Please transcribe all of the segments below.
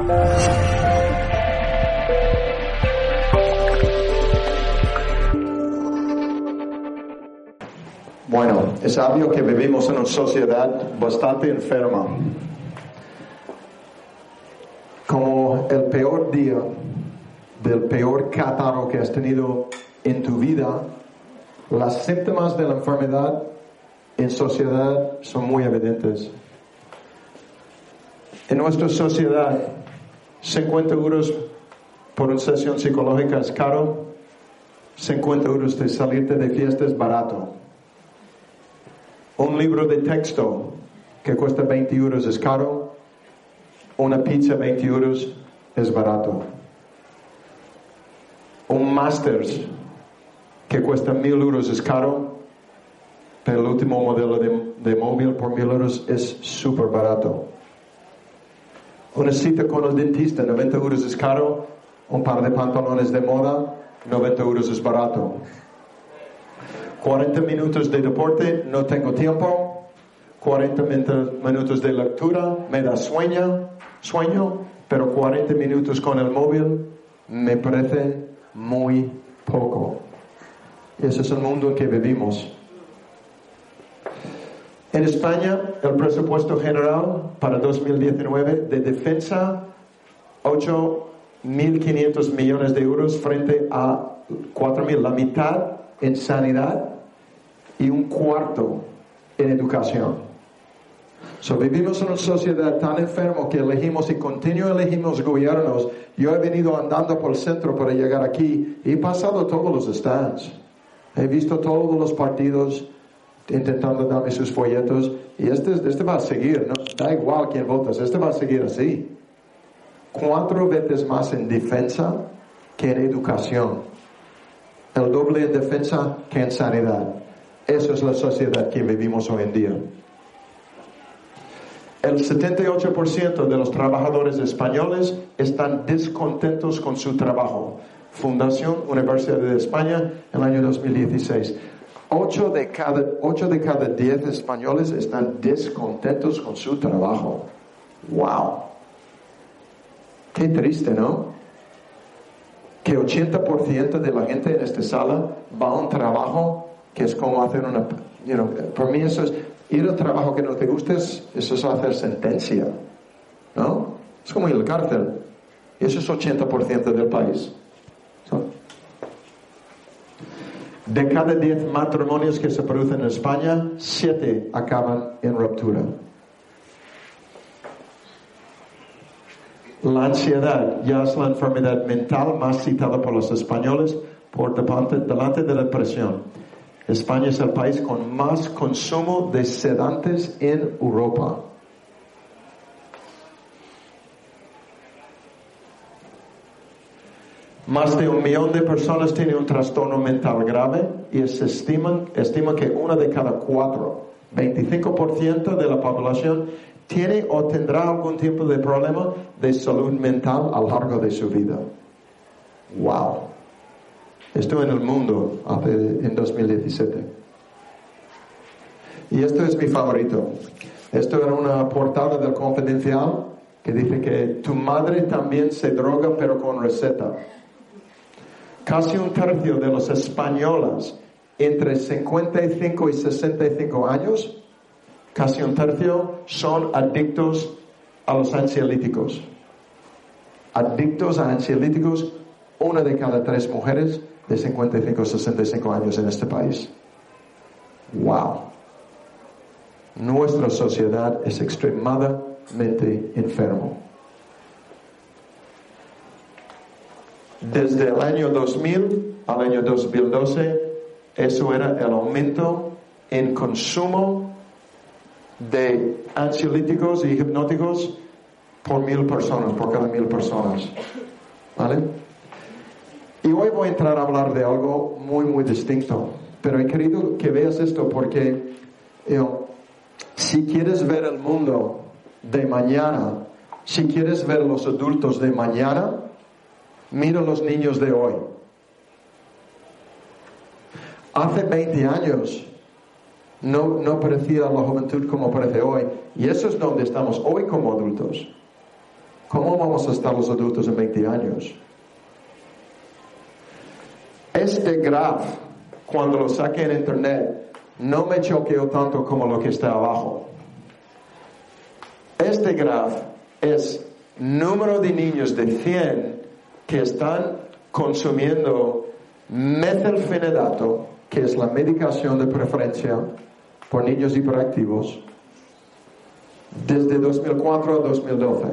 Bueno, es obvio que vivimos en una sociedad bastante enferma. Como el peor día del peor catarro que has tenido en tu vida, los síntomas de la enfermedad en sociedad son muy evidentes. En nuestra sociedad, 50 euros por una sesión psicológica es caro, 50 euros de salirte de fiesta es barato. Un libro de texto que cuesta 20 euros es caro, una pizza 20 euros es barato. Un máster que cuesta 1.000 euros es caro, pero el último modelo de móvil por 1.000 euros es súper barato. Una cita con el dentista, 90 euros es caro, un par de pantalones de moda, 90 euros es barato. 40 minutos de deporte, no tengo tiempo. 40 minutos de lectura, me da sueño, pero 40 minutos con el móvil me parece muy poco. Ese es el mundo en que vivimos. En España, el presupuesto general para 2019 de defensa, 8.500 millones de euros frente a 4.000, la mitad en sanidad y un cuarto en educación. Vivimos en una sociedad tan enferma que elegimos y elegimos gobiernos. Yo he venido andando por el centro para llegar aquí y he pasado todos los stands. He visto todos los partidos intentando darme sus folletos y este va a seguir, ¿no? Da igual quién votas, este va a seguir así. 4 veces más en defensa que en educación. El doble en defensa que en sanidad. Esa es la sociedad que vivimos hoy en día. El 78% de los trabajadores españoles están descontentos con su trabajo. Fundación Universidad de España, en el año 2016. 8 de cada 10 españoles están descontentos con su trabajo. ¡Wow! Qué triste, ¿no? Que 80% de la gente en esta sala va a un trabajo que es como hacer una... por mí eso es... Ir al trabajo que no te guste, eso es hacer sentencia, ¿no? Es como ir a la cárcel. Y eso es 80% del país. De cada 10 matrimonios que se producen en España, 7 acaban en ruptura. La ansiedad ya es la enfermedad mental más citada por los españoles por delante de la depresión. España es el país con más consumo de sedantes en Europa. Más de 1 millón de personas tienen un trastorno mental grave y se estima que 1 de cada 4, 25% de la población tiene o tendrá algún tipo de problema de salud mental a lo largo de su vida. ¡Wow! Esto en el mundo en 2017. Y esto es mi favorito. Esto era una portada del Confidencial que dice que tu madre también se droga pero con receta. Casi 1/3 de los españoles entre 55 y 65 años, casi 1/3 son adictos a los ansiolíticos. Adictos a ansiolíticos, 1 de cada 3 mujeres de 55 a 65 años en este país. ¡Wow! Nuestra sociedad es extremadamente enferma. Desde el año 2000 al año 2012, eso era el aumento en consumo de ansiolíticos y hipnóticos por 1.000 personas, por cada 1.000 personas. ¿Vale? Y hoy voy a entrar a hablar de algo muy, muy distinto. Pero he querido que veas esto porque si quieres ver el mundo de mañana, si quieres ver los adultos de mañana, mira los niños de hoy. Hace 20 años no parecía la juventud como parece hoy. Y eso es donde estamos hoy como adultos. ¿cómo vamos a estar los adultos en 20 años? Este graph, cuando lo saqué en internet, no me choqueó tanto como lo que está abajo. Este graph es número de niños de 100 que están consumiendo metilfenidato, que es la medicación de preferencia por niños hiperactivos, desde 2004 a 2012.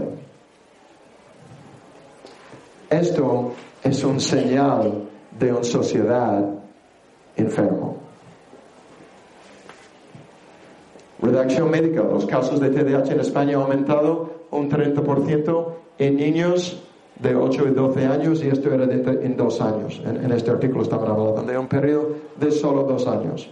Esto es un señal de una sociedad enferma. Redacción médica. Los casos de TDAH en España han aumentado un 30% en niños de 8 y 12 años, y esto era en 2 años. En este artículo estaban hablando de un periodo de solo 2 años.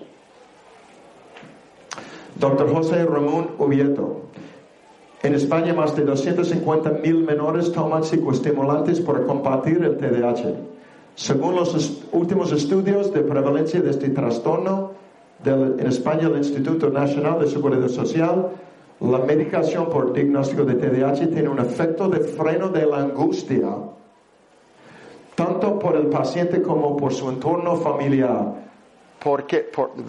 Dr. José Ramón Ubieto. En España, más de 250.000 menores toman psicoestimulantes para combatir el TDAH. Según los últimos estudios de prevalencia de este trastorno, en España el Instituto Nacional de Seguridad Social, la medicación por diagnóstico de TDAH tiene un efecto de freno de la angustia, tanto por el paciente como por su entorno familiar. Porque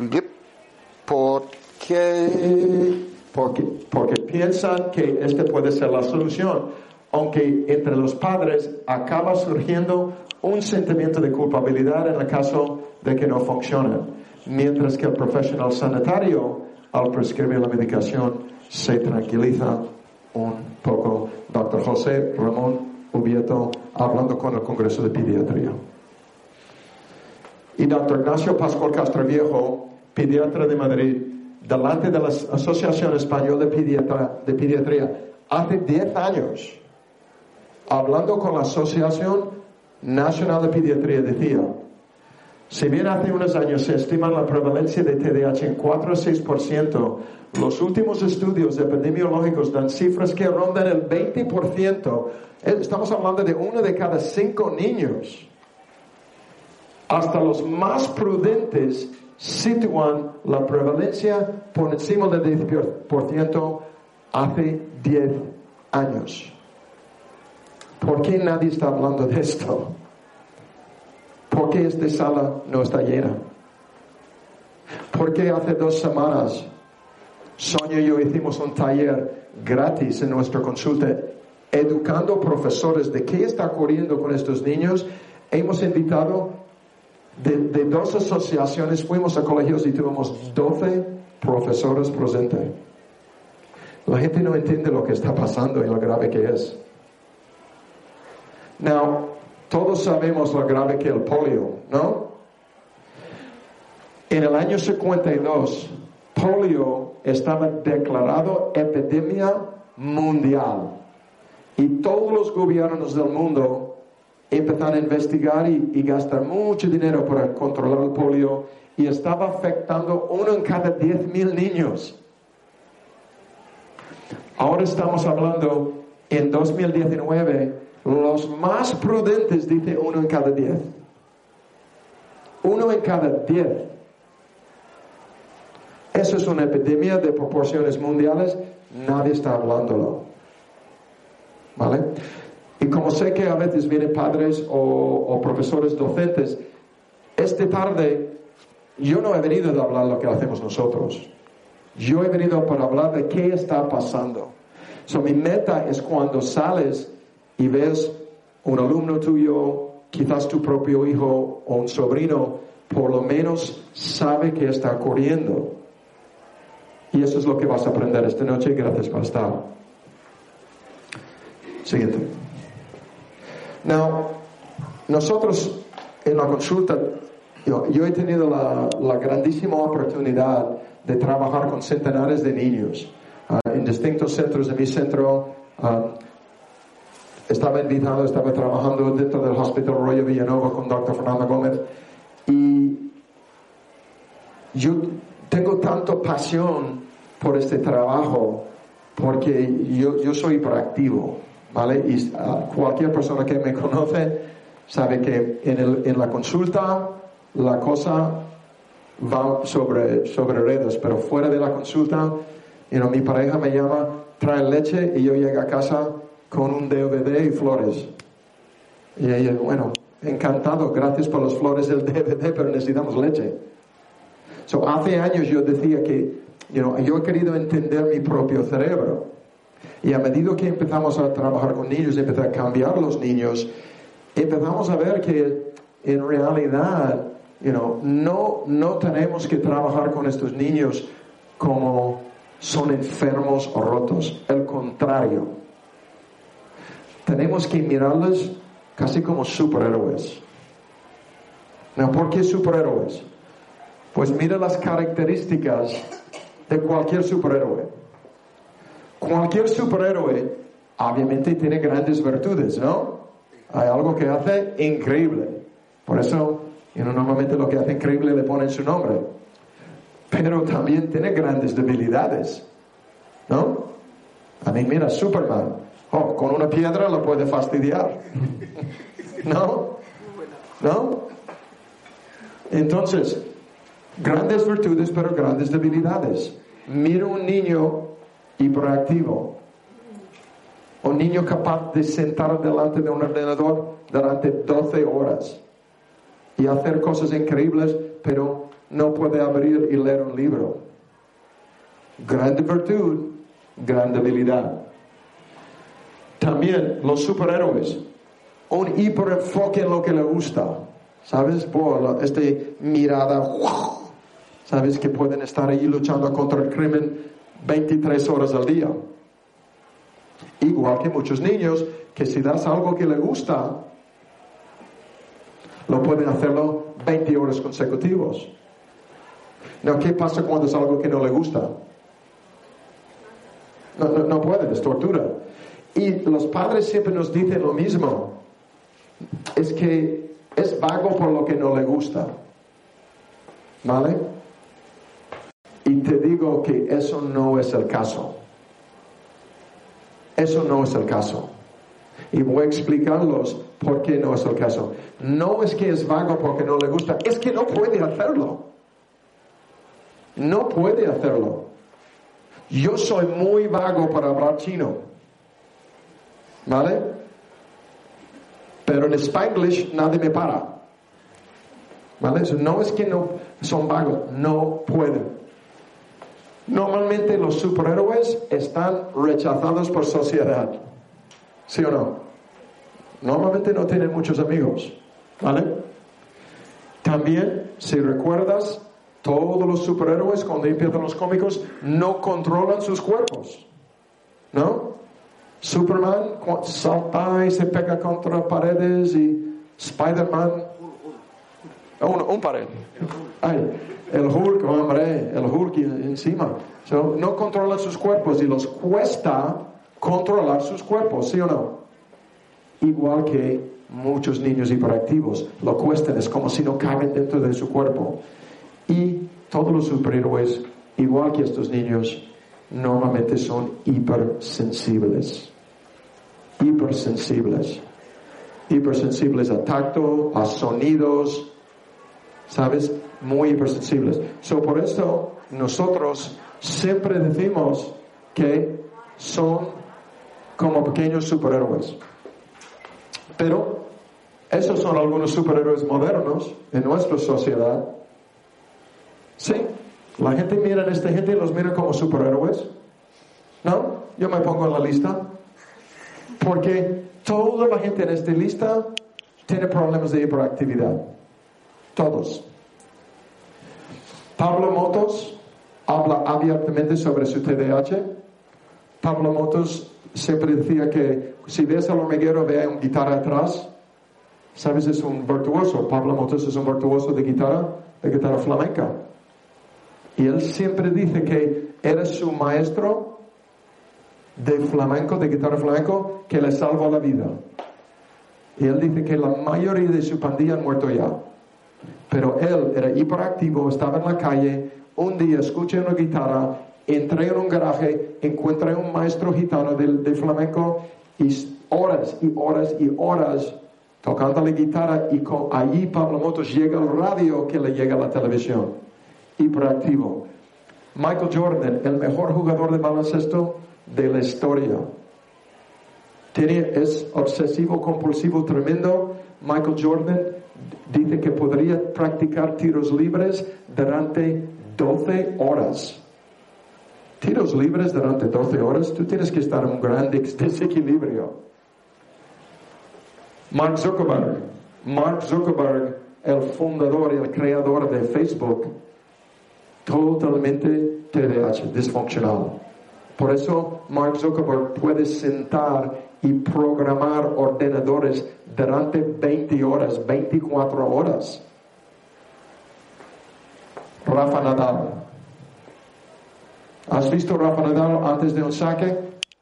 piensan que este puede ser la solución, aunque entre los padres acaba surgiendo un sentimiento de culpabilidad en el caso de que no funcione, mientras que el profesional sanitario, al prescribir la medicación, se tranquiliza un poco. Dr. José Ramón Ubieto, hablando con el Congreso de Pediatría. Y Dr. Ignacio Pascual Castroviejo, pediatra de Madrid, delante de la Asociación Española de Pediatría, hace 10 años, hablando con la Asociación Nacional de Pediatría, decía: si bien hace unos años se estima la prevalencia de TDAH en 4 a 6%, los últimos estudios epidemiológicos dan cifras que rondan el 20%. Estamos hablando de 1 de cada 5 niños. Hasta los más prudentes sitúan la prevalencia por encima del 10% hace 10 años. ¿Por qué nadie está hablando de esto? ¿Por qué esta sala no está llena? ¿Por qué hace 2 semanas Sonia y yo hicimos un taller gratis en nuestra consulta educando profesores de qué está ocurriendo con estos niños? Hemos invitado de 2 asociaciones, fuimos a colegios y tuvimos 12 profesores presentes. La gente no entiende lo que está pasando y lo grave que es. Now, todos sabemos lo grave que el polio, ¿no? En el año 52, polio estaba declarado epidemia mundial. Y todos los gobiernos del mundo empezaron a investigar y gastar mucho dinero para controlar el polio. Y estaba afectando 1 en cada 10,000 niños. Ahora estamos hablando, en 2019, los más prudentes dicen 1 en cada 10. 1 en cada 10. Eso es una epidemia de proporciones mundiales. Nadie está hablándolo. ¿Vale? Y como sé que a veces vienen padres o profesores docentes, esta tarde yo no he venido a hablar lo que hacemos nosotros. Yo he venido para hablar de qué está pasando. Mi meta es cuando sales y ves un alumno tuyo, quizás tu propio hijo o un sobrino, por lo menos sabe qué está ocurriendo. Y eso es lo que vas a aprender esta noche. Gracias por estar. Siguiente. Now, nosotros en la consulta, yo he tenido la grandísima oportunidad de trabajar con centenares de niños en distintos centros de mi centro. Estaba trabajando dentro del Hospital Royo Villanova con Dr. Fernando Gómez, y yo tengo tanta pasión por este trabajo porque yo soy hiperactivo, ¿vale? Y cualquier persona que me conoce sabe que en la consulta la cosa va sobre redes, pero fuera de la consulta, mi pareja me llama, trae leche, y yo llego a casa con un DVD y flores. Y ella, bueno, encantado, gracias por las flores del DVD, pero necesitamos leche. So, hace años yo decía que, yo he querido entender mi propio cerebro. Y a medida que empezamos a trabajar con niños, empezar a cambiar los niños, empezamos a ver que en realidad, no tenemos que trabajar con estos niños como son enfermos o rotos. El contrario. Tenemos que mirarlos casi como superhéroes. ¿No? ¿Por qué superhéroes? Pues mira las características de cualquier superhéroe. Cualquier superhéroe obviamente tiene grandes virtudes, ¿no? Hay algo que hace increíble. Por eso, normalmente lo que hace increíble le ponen su nombre. Pero también tiene grandes debilidades, ¿no? A mí, mira, Superman. Con una piedra lo puede fastidiar. ¿No? Entonces, grandes virtudes, pero grandes debilidades. Mira un niño hiperactivo. Un niño capaz de sentar delante de un ordenador durante 12 horas y hacer cosas increíbles, pero no puede abrir y leer un libro. Gran virtud, gran debilidad. También los superhéroes, un hiperenfoque en lo que le gusta, ¿sabes? Por esta mirada, ¿sabes? Que pueden estar ahí luchando contra el crimen 23 horas al día. Igual que muchos niños, que si das algo que le gusta, lo pueden hacerlo 20 horas consecutivos. No, ¿qué pasa cuando es algo que no le gusta? No pueden, es tortura. Y los padres siempre nos dicen lo mismo. Es que es vago por lo que no le gusta. ¿Vale? Y te digo que eso no es el caso. Eso no es el caso. Y voy a explicarlos por qué no es el caso. No es que es vago porque no le gusta, es que no puede hacerlo. No puede hacerlo. Yo soy muy vago para hablar chino. ¿Vale? Pero en Spanglish nadie me para. ¿Vale? Eso no es que no son vagos, no pueden. Normalmente los superhéroes están rechazados por sociedad. ¿Sí o no? Normalmente no tienen muchos amigos. ¿Vale? También, si recuerdas, todos los superhéroes cuando empiezan los cómicos no controlan sus cuerpos. ¿No? Superman salta y se pega contra paredes y Spider-Man un pared. Ay, el Hulk, hombre, el Hulk encima. No controlan sus cuerpos y los cuesta controlar sus cuerpos, ¿sí o no? Igual que muchos niños hiperactivos, lo cuestan, es como si no caben dentro de su cuerpo. Y todos los superhéroes, igual que estos niños, normalmente son hipersensibles. Hipersensibles a tacto, a sonidos, ¿sabes? Muy hipersensibles. Por eso nosotros siempre decimos que son como pequeños superhéroes. Pero esos son algunos superhéroes modernos en nuestra sociedad. Sí, la gente mira a esta gente y los mira como superhéroes. ¿No? Yo me pongo en la lista. Porque toda la gente en esta lista tiene problemas de hiperactividad. Todos. Pablo Motos habla abiertamente sobre su TDAH. Pablo Motos siempre decía que si ves al hormiguero, ve una guitarra atrás. ¿Sabes? Es un virtuoso. Pablo Motos es un virtuoso de guitarra flamenca. Y él siempre dice que era su maestro de flamenco, de guitarra flamenco, que le salvó la vida. Y él dice que la mayoría de su pandilla han muerto ya. Pero él era hiperactivo, estaba en la calle, un día escuché una guitarra, entré en un garaje, encontré un maestro gitano de flamenco y horas y horas y horas tocando la guitarra y allí Pablo Motos llega al radio que le llega a la televisión. Hiperactivo. Michael Jordan, el mejor jugador de baloncesto de la historia. Es obsesivo compulsivo tremendo. Michael Jordan dice que podría practicar tiros libres durante 12 horas. Tiros libres durante 12 horas, tú tienes que estar en un gran desequilibrio. Mark Zuckerberg, el fundador y el creador de Facebook, totalmente TDAH, disfuncional. Por eso Mark Zuckerberg puede sentar y programar ordenadores durante 20 horas, 24 horas. Rafa Nadal. ¿Has visto Rafa Nadal antes de un saque?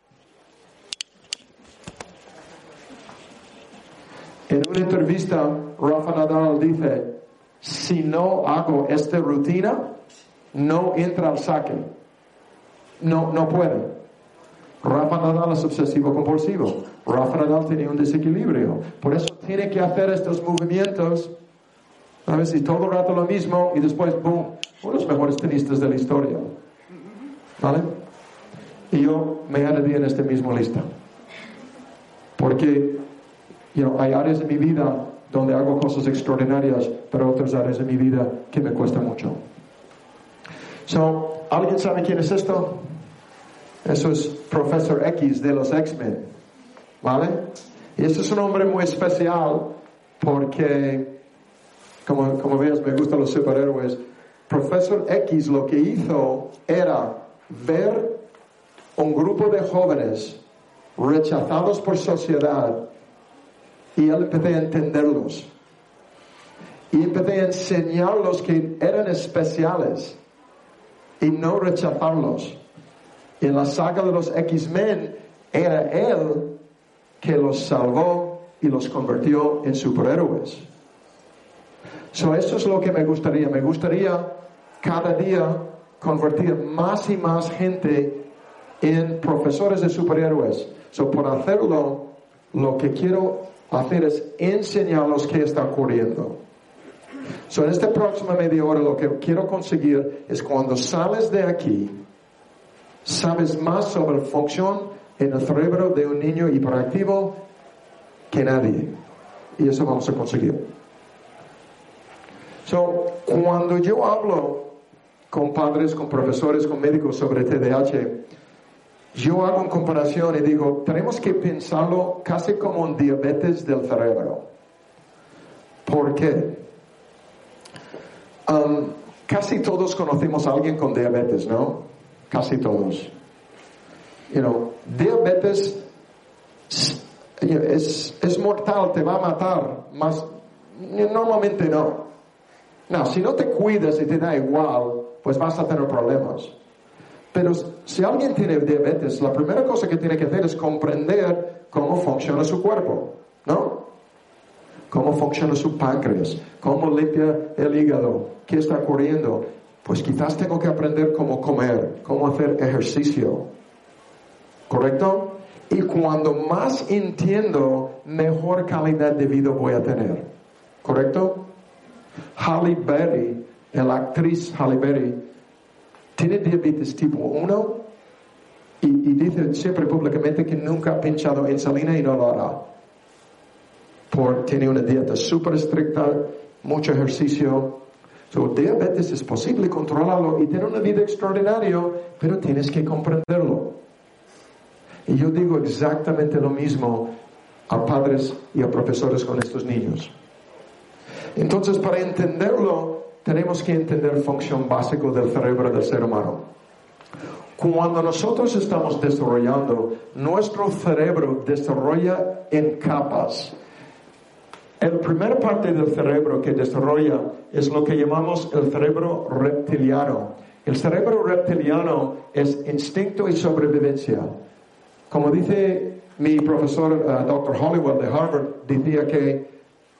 En una entrevista, Rafa Nadal dice, si no hago esta rutina, no entra al saque. No puede. Rafa Nadal es obsesivo compulsivo. Rafa Nadal tiene un desequilibrio. Por eso tiene que hacer estos movimientos, ¿sabes? Y todo el rato lo mismo y después, boom, uno de los mejores tenistas de la historia. ¿Vale? Y yo me añadí en esta misma lista. Porque hay áreas de mi vida donde hago cosas extraordinarias, pero otras áreas de mi vida que me cuesta mucho. ¿Alguien sabe quién es esto? Eso es Profesor X de los X-Men. ¿Vale? Y este es un hombre muy especial porque, como ves, me gustan los superhéroes. Profesor X lo que hizo era ver un grupo de jóvenes rechazados por sociedad y él empecé a entenderlos y empecé a enseñarlos que eran especiales y no rechazarlos. En la saga de los X-Men era él que los salvó y los convirtió en superhéroes. Eso es lo que me gustaría. Me gustaría cada día convertir más y más gente en profesores de superhéroes. Por hacerlo, lo que quiero hacer es enseñarlos qué está ocurriendo. En esta próxima media hora lo que quiero conseguir es cuando sales de aquí, sabes más sobre la función en el cerebro de un niño hiperactivo que nadie. Y eso vamos a conseguir. Cuando yo hablo con padres, con profesores, con médicos sobre TDAH, yo hago una comparación y digo, tenemos que pensarlo casi como un diabetes del cerebro. ¿Por qué? Casi todos conocemos a alguien con diabetes, ¿no? Casi todos. Diabetes es mortal, te va a matar, mas normalmente no. No, si no te cuidas y te da igual, pues vas a tener problemas. Pero si alguien tiene diabetes, la primera cosa que tiene que hacer es comprender cómo funciona su cuerpo, ¿no? Cómo funciona su páncreas, cómo limpia el hígado, qué está ocurriendo. Pues quizás tengo que aprender cómo comer, cómo hacer ejercicio. ¿Correcto? Y cuando más entiendo, mejor calidad de vida voy a tener. ¿Correcto? Halle Berry, la actriz Halle Berry, tiene diabetes tipo 1 y dice siempre públicamente que nunca ha pinchado insulina y no lo hará. Tiene una dieta súper estricta, mucho ejercicio. Diabetes es posible controlarlo y tener una vida extraordinaria, pero tienes que comprenderlo. Y yo digo exactamente lo mismo a padres y a profesores con estos niños. Entonces, para entenderlo, tenemos que entender la función básica del cerebro del ser humano. Cuando nosotros estamos desarrollando, nuestro cerebro desarrolla en capas. La primera parte del cerebro que desarrolla es lo que llamamos el cerebro reptiliano. El cerebro reptiliano es instinto y sobrevivencia. Como dice mi profesor, Dr. Hollywood de Harvard, decía que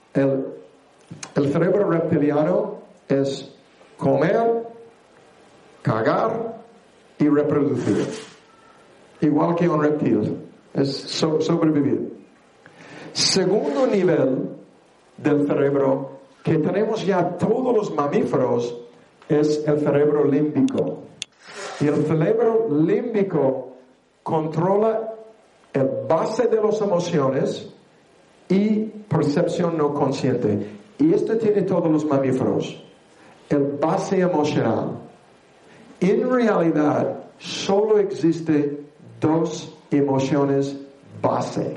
el cerebro reptiliano es comer, cagar y reproducir. Igual que un reptil. Es sobrevivir. Segundo nivel del cerebro que tenemos ya todos los mamíferos es el cerebro límbico. Y el cerebro límbico controla el base de las emociones y percepción no consciente. Y esto tiene todos los mamíferos. El base emocional. En realidad, solo existe dos emociones base: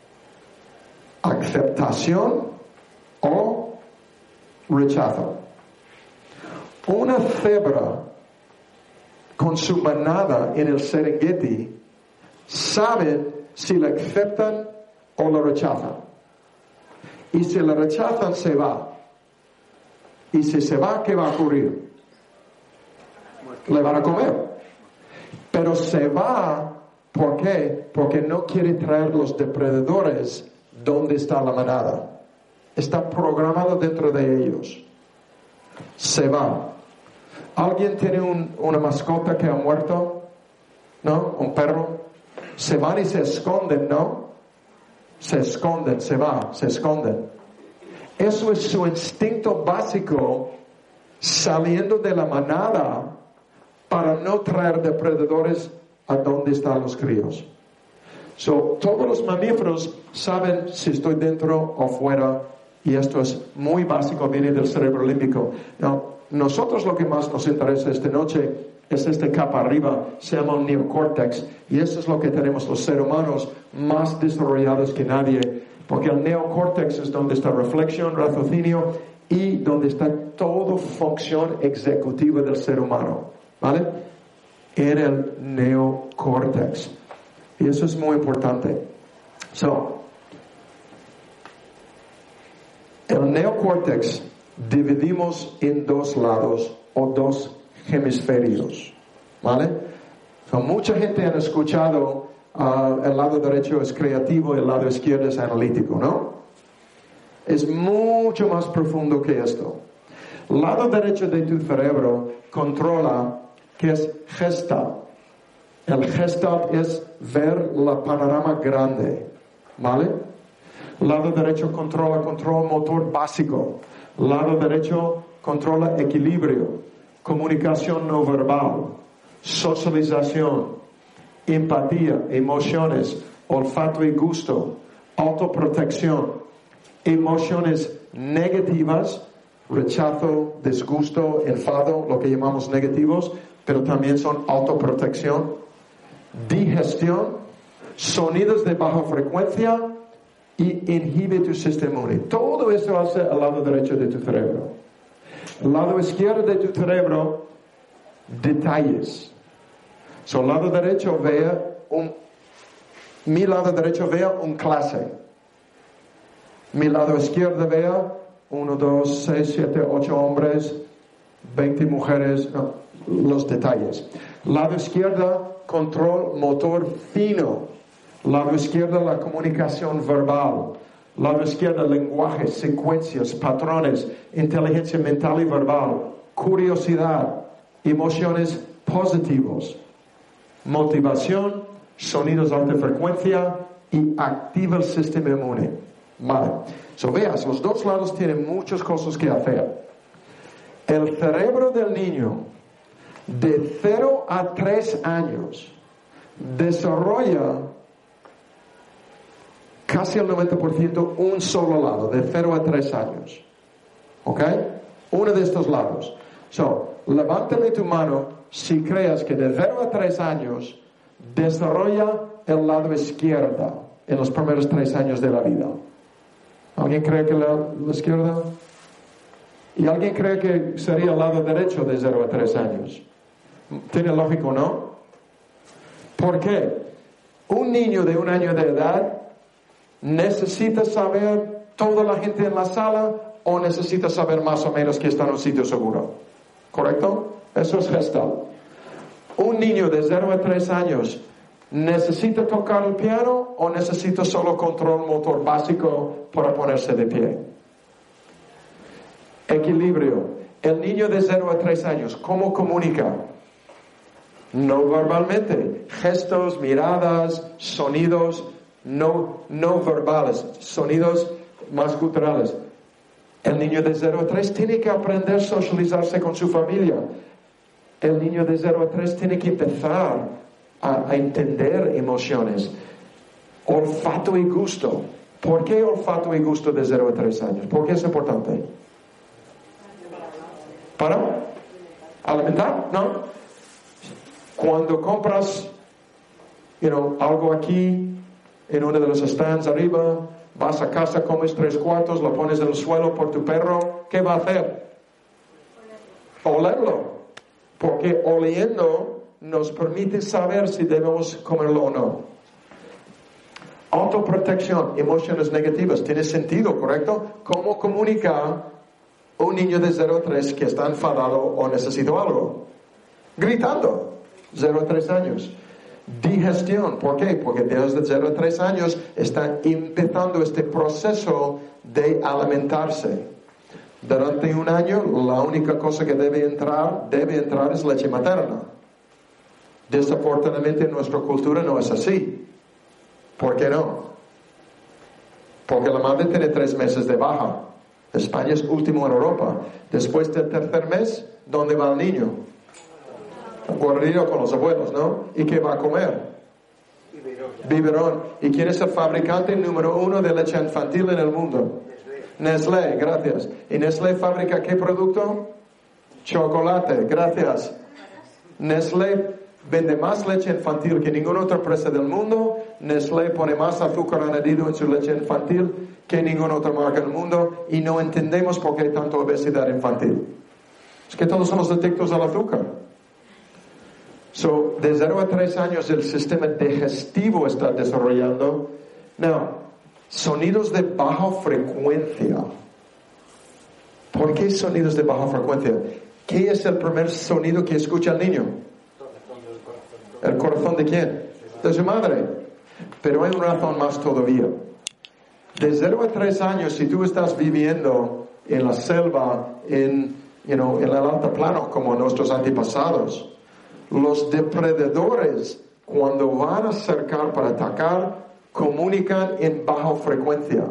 aceptación o rechazo. Una cebra con su manada en el Serengeti saben si la aceptan o la rechazan. Y si la rechazan, se va. Y si se va, ¿qué va a ocurrir? Le van a comer. Pero se va, ¿por qué? Porque no quiere traer los depredadores donde está la manada. Está programado dentro de ellos. Se va. ¿Alguien tiene una mascota que ha muerto? ¿No? ¿Un perro? Se van y se esconden, ¿no? Se esconden, se va, se esconden. Eso es su instinto básico saliendo de la manada para no traer depredadores a donde están los críos. Todos los mamíferos saben si estoy dentro o fuera, y esto es muy básico, viene del cerebro límbico. Nosotros lo que más nos interesa esta noche es esta capa arriba, se llama el neocórtex, y eso es lo que tenemos los seres humanos más desarrollados que nadie, porque el neocórtex es donde está reflexión, raciocinio y donde está toda función ejecutiva del ser humano, ¿vale? En el neocórtex. Y eso es muy importante. El neocórtex dividimos en dos lados o dos hemisferios, ¿vale? Mucha gente ha escuchado el lado derecho es creativo y el lado izquierdo es analítico, ¿no? Es mucho más profundo que esto. El lado derecho de tu cerebro controla, que es Gestalt. El Gestalt es ver la panorama grande, ¿vale? El lado derecho controla control motor básico. El lado derecho controla equilibrio, comunicación no verbal, socialización, empatía, emociones, olfato y gusto, autoprotección, emociones negativas, rechazo, disgusto, enfado, lo que llamamos negativos, pero también son autoprotección, digestión, sonidos de baja frecuencia y inhibe tu sistema inmune. Todo eso hace al lado derecho de tu cerebro. El lado izquierdo de tu cerebro, detalles. El lado derecho mi lado derecho vea un clase. Mi lado izquierdo vea 1, 2, 6, 7, 8 hombres, 20 mujeres, los detalles. Lado izquierdo, control motor fino. Lado izquierdo, la comunicación verbal. Lado izquierdo, lenguaje, secuencias, patrones, inteligencia mental y verbal, curiosidad, emociones positivos, motivación, sonidos de alta frecuencia y activa el sistema inmune. Vale. Veas, los dos lados tienen muchas cosas que hacer. El cerebro del niño de 0 a 3 años desarrolla casi el 90% un solo lado, de 0 a 3 años. ¿Ok? Uno de estos lados. Levántame tu mano si creas que de 0 a 3 años desarrolla el lado izquierdo en los primeros 3 años de la vida. ¿Alguien cree que la izquierda? ¿Y alguien cree que sería el lado derecho de 0 a 3 años? ¿Tiene lógico, no? ¿Por qué? Un niño de 1 año de edad necesita saber toda la gente en la sala o necesita saber más o menos que está en un sitio seguro. ¿Correcto? Eso es Gestalt. Un niño de 0 a 3 años necesita tocar el piano o necesita solo control motor básico para ponerse de pie. Equilibrio. El niño de 0 a 3 años, ¿cómo comunica? No verbalmente. Gestos, miradas, sonidos no verbales, sonidos más culturales. El niño de 0 a 3 tiene que aprender a socializarse con su familia. El niño de 0 a 3 tiene que empezar a entender emociones. Olfato y gusto. ¿Por qué olfato y gusto de 0 a 3 años? ¿Por qué es importante? ¿Para alimentar? ¿No? Cuando compras, algo aquí, en uno de los stands arriba, vas a casa, comes 3 cuartos, lo pones en el suelo por tu perro, ¿qué va a hacer? Olerlo. Porque oliendo nos permite saber si debemos comerlo o no. Autoprotección, emociones negativas, tiene sentido, ¿correcto? ¿Cómo comunica un niño de 0 a 3 que está enfadado o necesita algo? Gritando. 0 a 3 años. Digestión, ¿por qué? Porque desde 0 a 3 años está empezando este proceso de alimentarse. Durante un año, la única cosa que debe entrar es leche materna. Desafortunadamente en nuestra cultura no es así. ¿Por qué no? Porque la madre tiene 3 meses de baja. España es último en Europa. Después del 3er mes, ¿dónde va el niño? Guardido con los abuelos, ¿no? ¿Y qué va a comer? Biberón. ¿Y quién es el fabricante número 1 de leche infantil en el mundo? Nestlé, gracias. ¿Y Nestlé fabrica qué producto? Chocolate, gracias. Nestlé vende más leche infantil que ninguna otra empresa del mundo. Nestlé pone más azúcar añadido en su leche infantil que ninguna otra marca del mundo. Y no entendemos por qué hay tanta obesidad infantil. Es que todos somos adictos al azúcar. De 0 a 3 años el sistema digestivo está desarrollando. Now, sonidos de baja frecuencia. ¿Por qué sonidos de baja frecuencia? ¿Qué es el primer sonido que escucha el niño? ¿El corazón de quién? De su madre. Pero hay una razón más todavía. De 0 a 3 años, si tú estás viviendo en la selva, en el altiplano como nuestros antepasados, los depredadores, cuando van a acercar para atacar, comunican en baja frecuencia.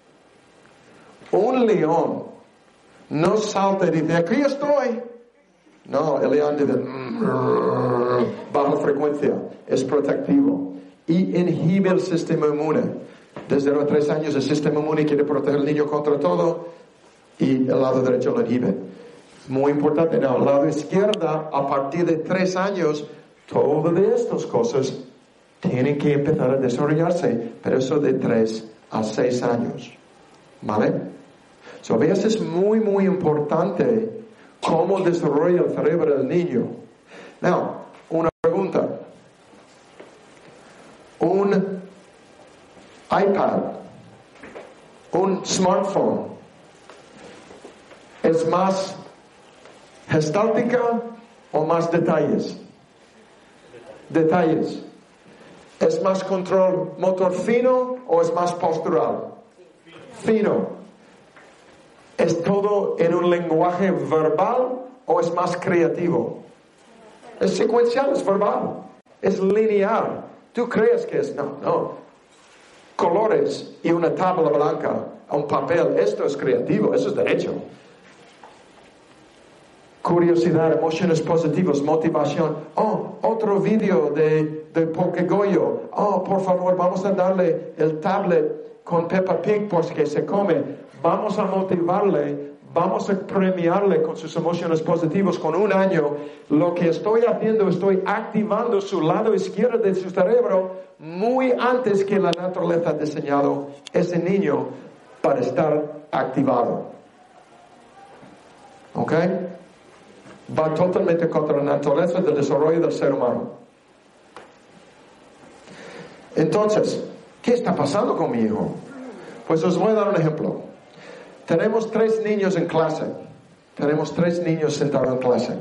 Un león no salta y dice, aquí estoy. No, el león dice, baja frecuencia, es protectivo. Y inhibe el sistema inmune. Desde los 3 años el sistema inmune quiere proteger al niño contra todo y el lado derecho lo inhibe. Muy importante, en el lado izquierdo, a partir de 3 años, todas estas cosas tienen que empezar a desarrollarse, pero eso de 3 a 6 años. ¿Vale? A veces es muy, muy importante cómo desarrolla el cerebro del niño. Now, una pregunta. Un iPad, un smartphone, ¿es más gestáltica o más detalles? Detalles. ¿Es más control motor fino o es más postural? Fino. ¿Es todo en un lenguaje verbal o es más creativo? Es secuencial, es verbal, es lineal. ¿Tú crees que es? No. Colores y una tabla blanca, un papel, esto es creativo, eso es derecho. Curiosidad, emociones positivas, motivación. Otro vídeo de Pokegoyo. Por favor, vamos a darle el tablet con Peppa Pig porque se come. Vamos a motivarle, vamos a premiarle con sus emociones positivas con 1 año. Lo que estoy haciendo, estoy activando su lado izquierdo de su cerebro muy antes que la naturaleza ha diseñado ese niño para estar activado. ¿Ok? Va totalmente contra la naturaleza del desarrollo del ser humano. Entonces, ¿qué está pasando con mi hijo? Pues os voy a dar un ejemplo. Tenemos 3 niños en clase. Tenemos 3 niños sentados en clase.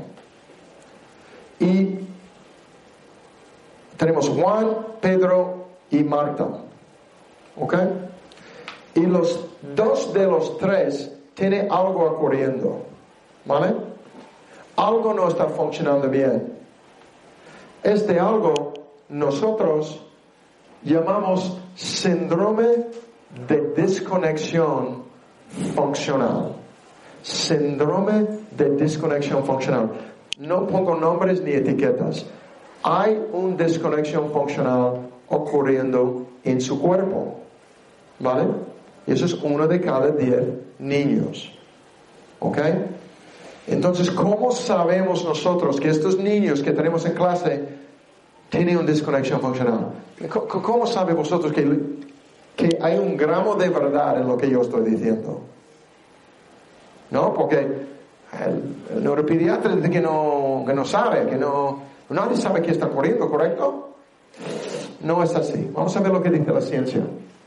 Y tenemos Juan, Pedro y Marta. ¿Ok? Y los 2 de los 3 tienen algo ocurriendo. ¿Vale? Algo no está funcionando bien. Este algo nosotros llamamos síndrome de desconexión funcional. Síndrome de desconexión funcional. No pongo nombres ni etiquetas. Hay una desconexión funcional ocurriendo en su cuerpo. ¿Vale? Y eso es 1 de cada 10 niños. ¿Ok? Entonces, ¿cómo sabemos nosotros que estos niños que tenemos en clase tienen una desconexión funcional? ¿Cómo sabe vosotros que hay un gramo de verdad en lo que yo estoy diciendo? ¿No? Porque el neuropediatra dice que no sabe, nadie sabe qué está ocurriendo, ¿correcto? No es así. Vamos a ver lo que dice la ciencia.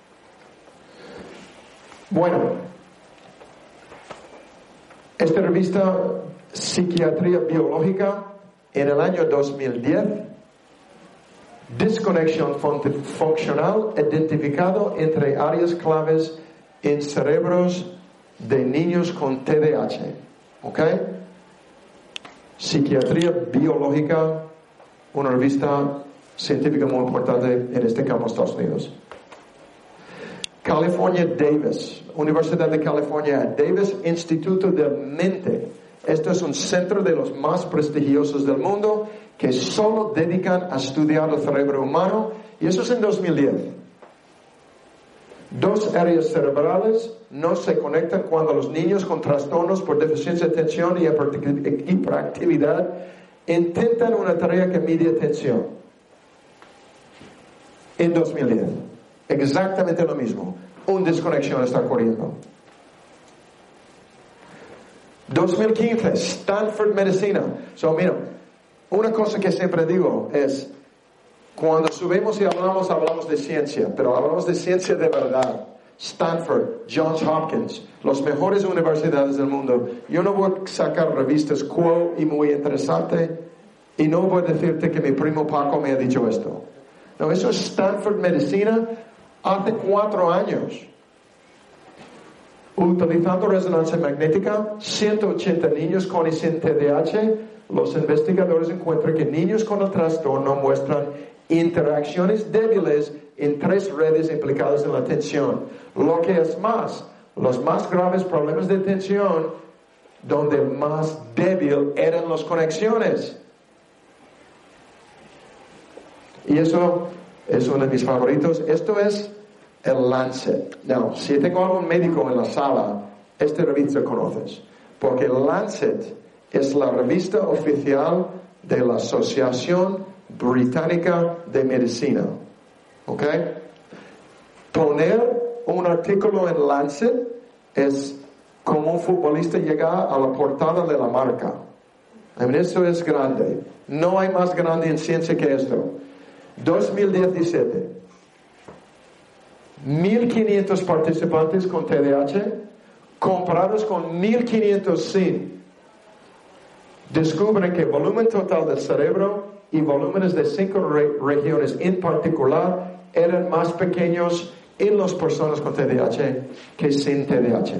Bueno, esta revista Psiquiatría Biológica en el año 2010, desconexión funcional identificado entre áreas claves en cerebros de niños con TDAH. ¿Ok? Psiquiatría Biológica, una revista científica muy importante en este campo de Estados Unidos. California Davis, Universidad de California Davis, Instituto de Mente. Esto es un centro de los más prestigiosos del mundo que solo dedican a estudiar el cerebro humano, y eso es en 2010. 2 áreas cerebrales no se conectan cuando los niños con trastornos por deficiencia de atención y hiperactividad intentan una tarea que mide atención. En 2010. Exactamente lo mismo. Una desconexión está ocurriendo. 2015, Stanford Medicina. Mira, una cosa que siempre digo es, cuando subimos y hablamos de ciencia, pero hablamos de ciencia de verdad. Stanford, Johns Hopkins, las mejores universidades del mundo. Yo no voy a sacar revistas cool y muy interesante, y no voy a decirte que mi primo Paco me ha dicho esto. No, eso es Stanford Medicina hace 4 años. Utilizando resonancia magnética, 180 niños con y sin TDAH, los investigadores encuentran que niños con el trastorno muestran interacciones débiles en 3 redes implicadas en la atención. Lo que es más, los más graves problemas de atención, donde más débil eran las conexiones. Y eso es uno de mis favoritos. Esto es el Lancet. Now, si tengo algún médico en la sala, esta revista conoces. Porque el Lancet es la revista oficial de la Asociación Británica de Medicina. ¿Ok? Poner un artículo en Lancet es como un futbolista llega a la portada de la marca. Eso es grande. No hay más grande en ciencia que esto. 2017, 1.500 participantes con TDAH comparados con 1.500 sin. Descubren que el volumen total del cerebro y volúmenes de 5 regiones en particular eran más pequeños en las personas con TDAH que sin TDAH.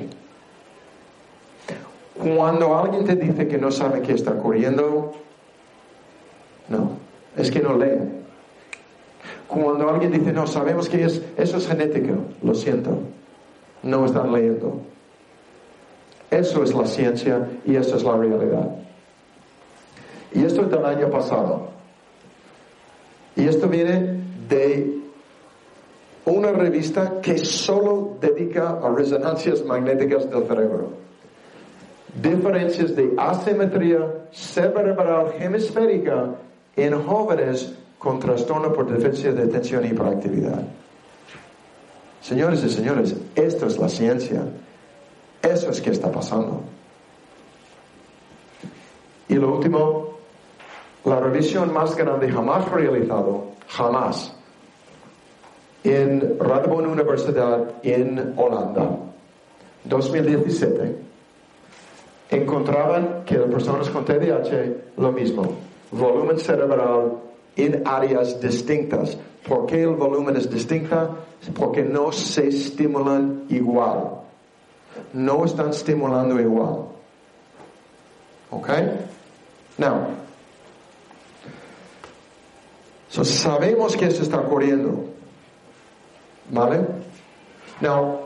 Cuando alguien te dice que no sabe qué está ocurriendo, no, es que no lee. Cuando alguien dice, no, sabemos que eso es genético, lo siento, no están leyendo. Eso es la ciencia y eso es la realidad. Y esto es del año pasado. Y esto viene de una revista que solo dedica a resonancias magnéticas del cerebro. Diferencias de asimetría cerebral hemisférica en jóvenes con trastorno por deficiencia de atención y hiperactividad. Señores y señores, esto es la ciencia. Eso es que está pasando. Y lo último, la revisión más grande jamás realizado, jamás, en Radboud Universidad en Holanda, 2017, encontraban que las personas con TDAH, lo mismo, volumen cerebral en áreas distintas. ¿Por qué el volumen es distinta? Porque no se estimulan igual. No están estimulando igual. ¿Ok? Now, sabemos que eso está ocurriendo. ¿Vale? Now,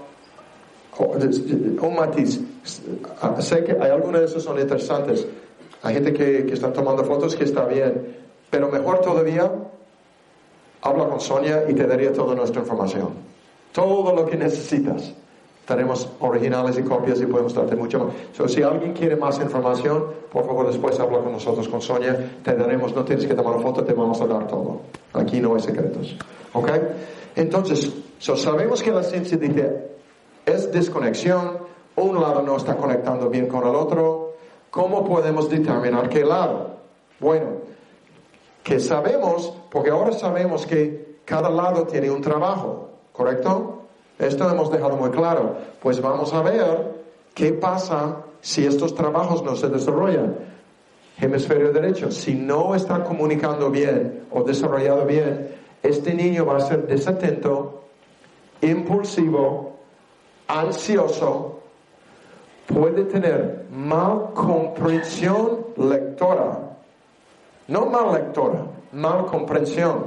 un matiz. Sé que hay algunos de esos son interesantes. Hay gente que está tomando fotos que está bien. Pero mejor todavía, habla con Sonia y te daría toda nuestra información. Todo lo que necesitas. Tenemos originales y copias y podemos darte mucho más. So, si alguien quiere más información, por favor después habla con nosotros, con Sonia. Te daremos, no tienes que tomar una foto, te vamos a dar todo. Aquí no hay secretos. ¿Ok? Entonces, sabemos que la ciencia dice, es desconexión, un lado no está conectando bien con el otro. ¿Cómo podemos determinar qué lado? Bueno, que sabemos, porque ahora sabemos que cada lado tiene un trabajo, ¿correcto? Esto hemos dejado muy claro. Pues vamos a ver qué pasa si estos trabajos no se desarrollan. Hemisferio derecho, si no está comunicando bien o desarrollado bien, este niño va a ser desatento, impulsivo, ansioso, puede tener mal comprensión lectora. No mal lectora, mal comprensión.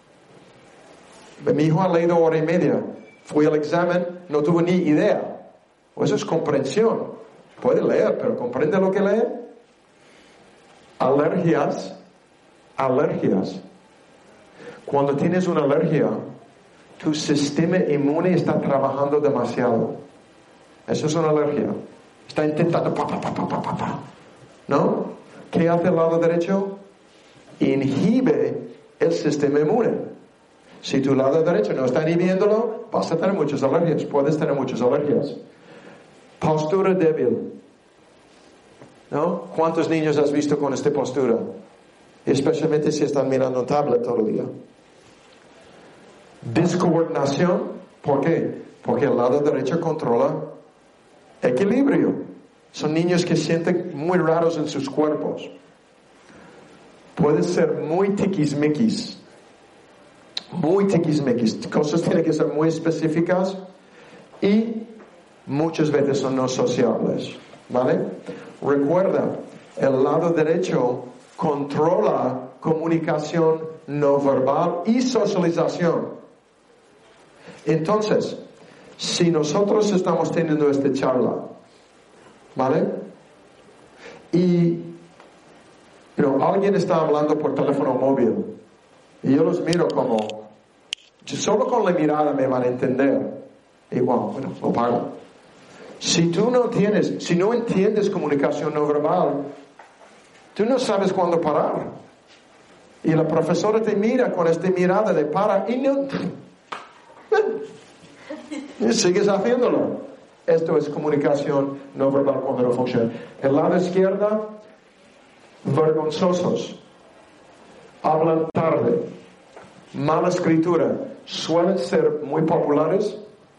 Mi hijo ha leído 1:30. Fui al examen, no tuve ni idea. Eso es comprensión. Puede leer, pero ¿comprende lo que lee? Alergias. Cuando tienes una alergia, tu sistema inmune está trabajando demasiado. Eso es una alergia. Está intentando ¿no? ¿Qué hace el lado derecho? Inhibe el sistema inmune. Si tu lado derecho no está inhibiéndolo, vas a tener muchas alergias. Puedes tener muchas alergias. Postura débil. ¿No? ¿Cuántos niños has visto con esta postura? Especialmente si están mirando un tablet todo el día. Descoordinación. ¿Por qué? Porque el lado derecho controla equilibrio. Son niños que sienten muy raros en sus cuerpos. Pueden ser muy tiquismiquis. Muy tiquismiquis. Cosas tienen que ser muy específicas y muchas veces son no sociables. ¿Vale? Recuerda, el lado derecho controla comunicación no verbal y socialización. Entonces, si nosotros estamos teniendo esta charla, ¿vale? Y alguien está hablando por teléfono móvil y yo los miro como, solo con la mirada me van a entender. Igual, lo pago. Si no entiendes comunicación no verbal, tú no sabes cuándo parar. Y la profesora te mira con esta mirada de para y no... y sigues haciéndolo. Esto es comunicación no verbal cuando no funciona. El lado izquierdo, vergonzosos. Hablan tarde. Mala escritura. Suelen ser muy populares.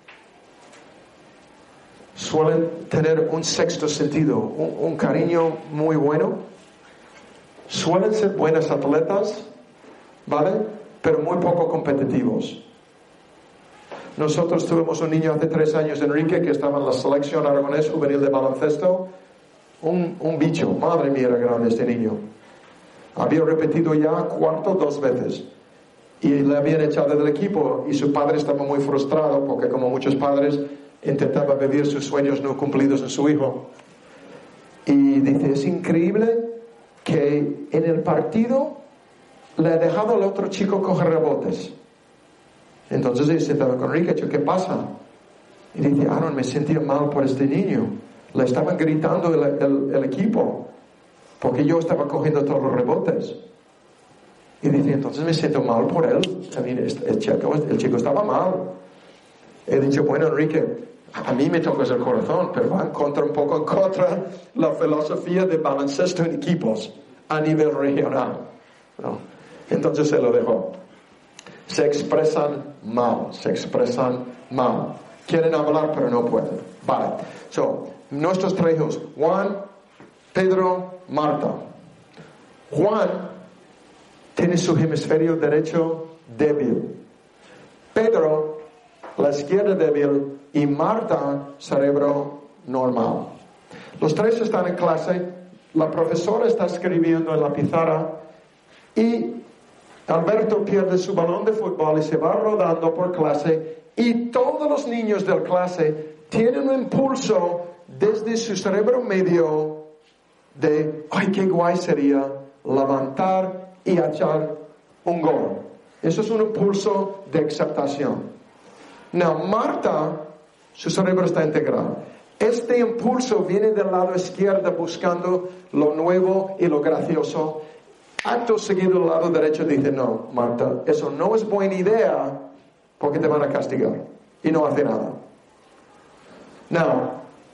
Suelen tener un sexto sentido, un cariño muy bueno. Suelen ser buenos atletas, ¿vale? Pero muy poco competitivos. Nosotros tuvimos un niño hace 3 años, Enrique, que estaba en la selección aragonés juvenil de baloncesto. Un bicho, madre mía, era grande este niño. Había repetido ya cuarto 2 veces. Y le habían echado del equipo y su padre estaba muy frustrado porque, como muchos padres, intentaba vivir sus sueños no cumplidos en su hijo. Y dice, es increíble que en el partido le ha dejado al otro chico coger rebotes. Entonces él se estaba con Enrique, ¿qué pasa? Y dice, Aaron, me sentía mal por este niño. Le estaban gritando el equipo porque yo estaba cogiendo todos los rebotes. Y dice, entonces me siento mal por él. El chico estaba mal. He dicho, bueno, Enrique, a mí me tocas el corazón, pero va un poco en contra la filosofía de baloncesto en equipos a nivel regional, ¿no? Entonces se lo dejó. Se expresan mal. Quieren hablar, pero no pueden. Vale. Nuestros 3 hijos, Juan, Pedro, Marta. Juan tiene su hemisferio derecho débil. Pedro, la izquierda débil, y Marta, cerebro normal. Los 3 están en clase, la profesora está escribiendo en la pizarra y Alberto pierde su balón de fútbol y se va rodando por clase y todos los niños de la clase tienen un impulso desde su cerebro medio de, ay, qué guay sería levantar y echar un gol. Eso es un impulso de aceptación. Now, Marta, su cerebro está integrado. Este impulso viene del lado izquierdo buscando lo nuevo y lo gracioso. Acto seguido, el lado derecho dice, no, Marta, eso no es buena idea porque te van a castigar. Y no hace nada. Now,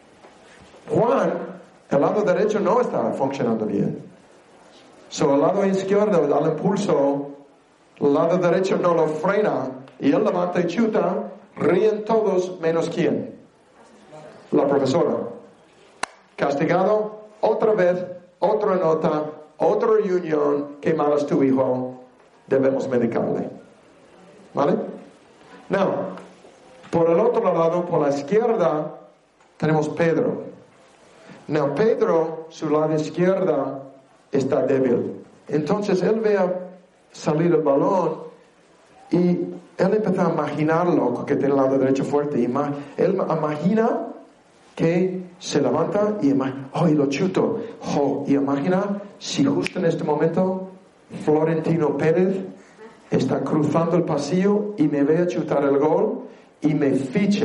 Juan, el lado derecho no está funcionando bien. So, el lado izquierdo da el impulso, el lado derecho no lo frena, y él levanta y chuta, ríen todos menos ¿quién? La profesora. Castigado, otra vez, otra nota, otra reunión, qué mal es tu hijo, debemos medicarle. ¿Vale? Now, por el otro lado, por la izquierda, tenemos Pedro. Now, Pedro, su lado izquierda, está débil. Entonces, él ve salir el balón y él empieza a imaginarlo, que tiene el lado derecho fuerte. Él imagina que se levanta y lo chuto. Y imagina si justo en este momento Florentino Pérez está cruzando el pasillo y me ve a chutar el gol y me ficha.